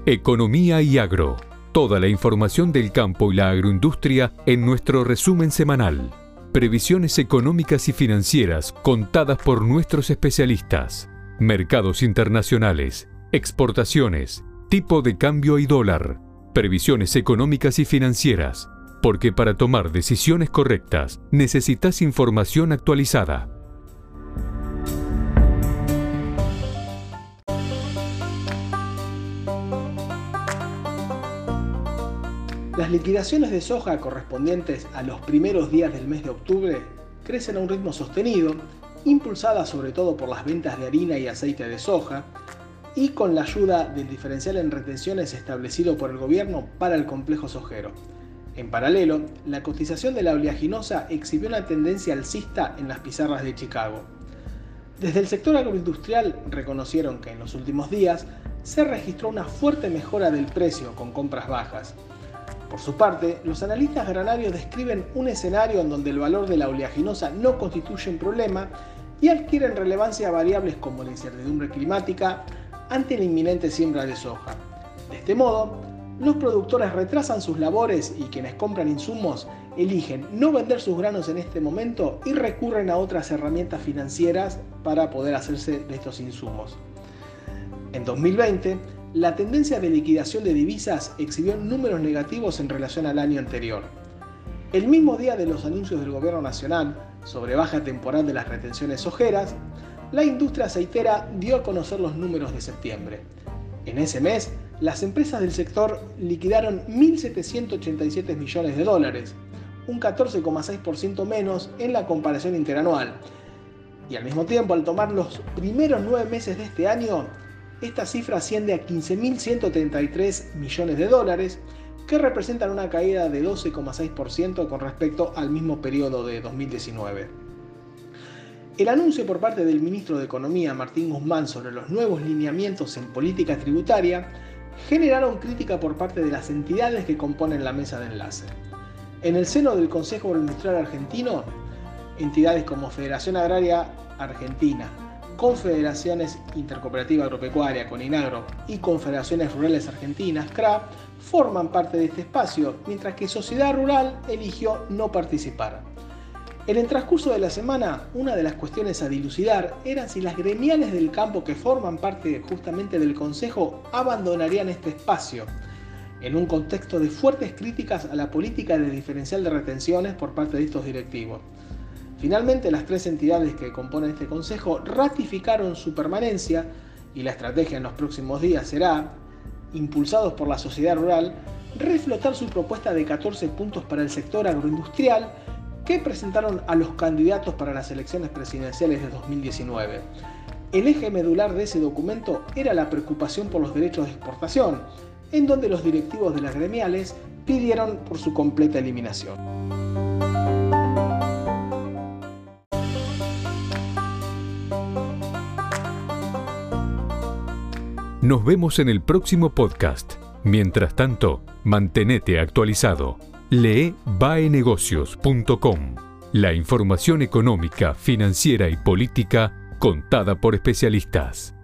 Economía y agro. Toda la información del campo y la agroindustria en nuestro resumen semanal. Previsiones económicas y financieras contadas por nuestros especialistas. Mercados internacionales, exportaciones, tipo de cambio y dólar. Previsiones económicas y financieras. Porque para tomar decisiones correctas necesitas información actualizada. Las liquidaciones de soja correspondientes a los primeros días del mes de octubre crecen a un ritmo sostenido, impulsadas sobre todo por las ventas de harina y aceite de soja y con la ayuda del diferencial en retenciones establecido por el gobierno para el complejo sojero. En paralelo, la cotización de la oleaginosa exhibió una tendencia alcista en las pizarras de Chicago. Desde el sector agroindustrial reconocieron que en los últimos días se registró una fuerte mejora del precio con compras bajas. Por su parte, los analistas granarios describen un escenario en donde el valor de la oleaginosa no constituye un problema y adquieren relevancia variables como la incertidumbre climática ante la inminente siembra de soja. De este modo, los productores retrasan sus labores y quienes compran insumos eligen no vender sus granos en este momento y recurren a otras herramientas financieras para poder hacerse de estos insumos. En 2020, la tendencia de liquidación de divisas exhibió números negativos en relación al año anterior. El mismo día de los anuncios del Gobierno Nacional sobre baja temporal de las retenciones sojeras, la industria aceitera dio a conocer los números de septiembre. En ese mes, las empresas del sector liquidaron 1.787 millones de dólares, un 14,6% menos en la comparación interanual. Y al mismo tiempo, al tomar los primeros 9 meses de este año, esta cifra asciende a 15.133 millones de dólares, que representan una caída de 12,6% con respecto al mismo periodo de 2019. El anuncio por parte del ministro de Economía, Martín Guzmán, sobre los nuevos lineamientos en política tributaria generaron crítica por parte de las entidades que componen la mesa de enlace. En el seno del Consejo Agroindustrial Argentino, entidades como Federación Agraria Argentina, Confederaciones Intercooperativa Agropecuaria, CONINAGRO, y Confederaciones Rurales Argentinas, CRA, forman parte de este espacio, mientras que Sociedad Rural eligió no participar. En el transcurso de la semana, una de las cuestiones a dilucidar era si las gremiales del campo que forman parte justamente del Consejo abandonarían este espacio, en un contexto de fuertes críticas a la política de diferencial de retenciones por parte de estos directivos. Finalmente, las 3 entidades que componen este consejo ratificaron su permanencia y la estrategia en los próximos días será, impulsados por la sociedad rural, reflotar su propuesta de 14 puntos para el sector agroindustrial que presentaron a los candidatos para las elecciones presidenciales de 2019. El eje medular de ese documento era la preocupación por los derechos de exportación, en donde los directivos de las gremiales pidieron por su completa eliminación. Nos vemos en el próximo podcast. Mientras tanto, mantenete actualizado. Lee baenegocios.com. La información económica, financiera y política contada por especialistas.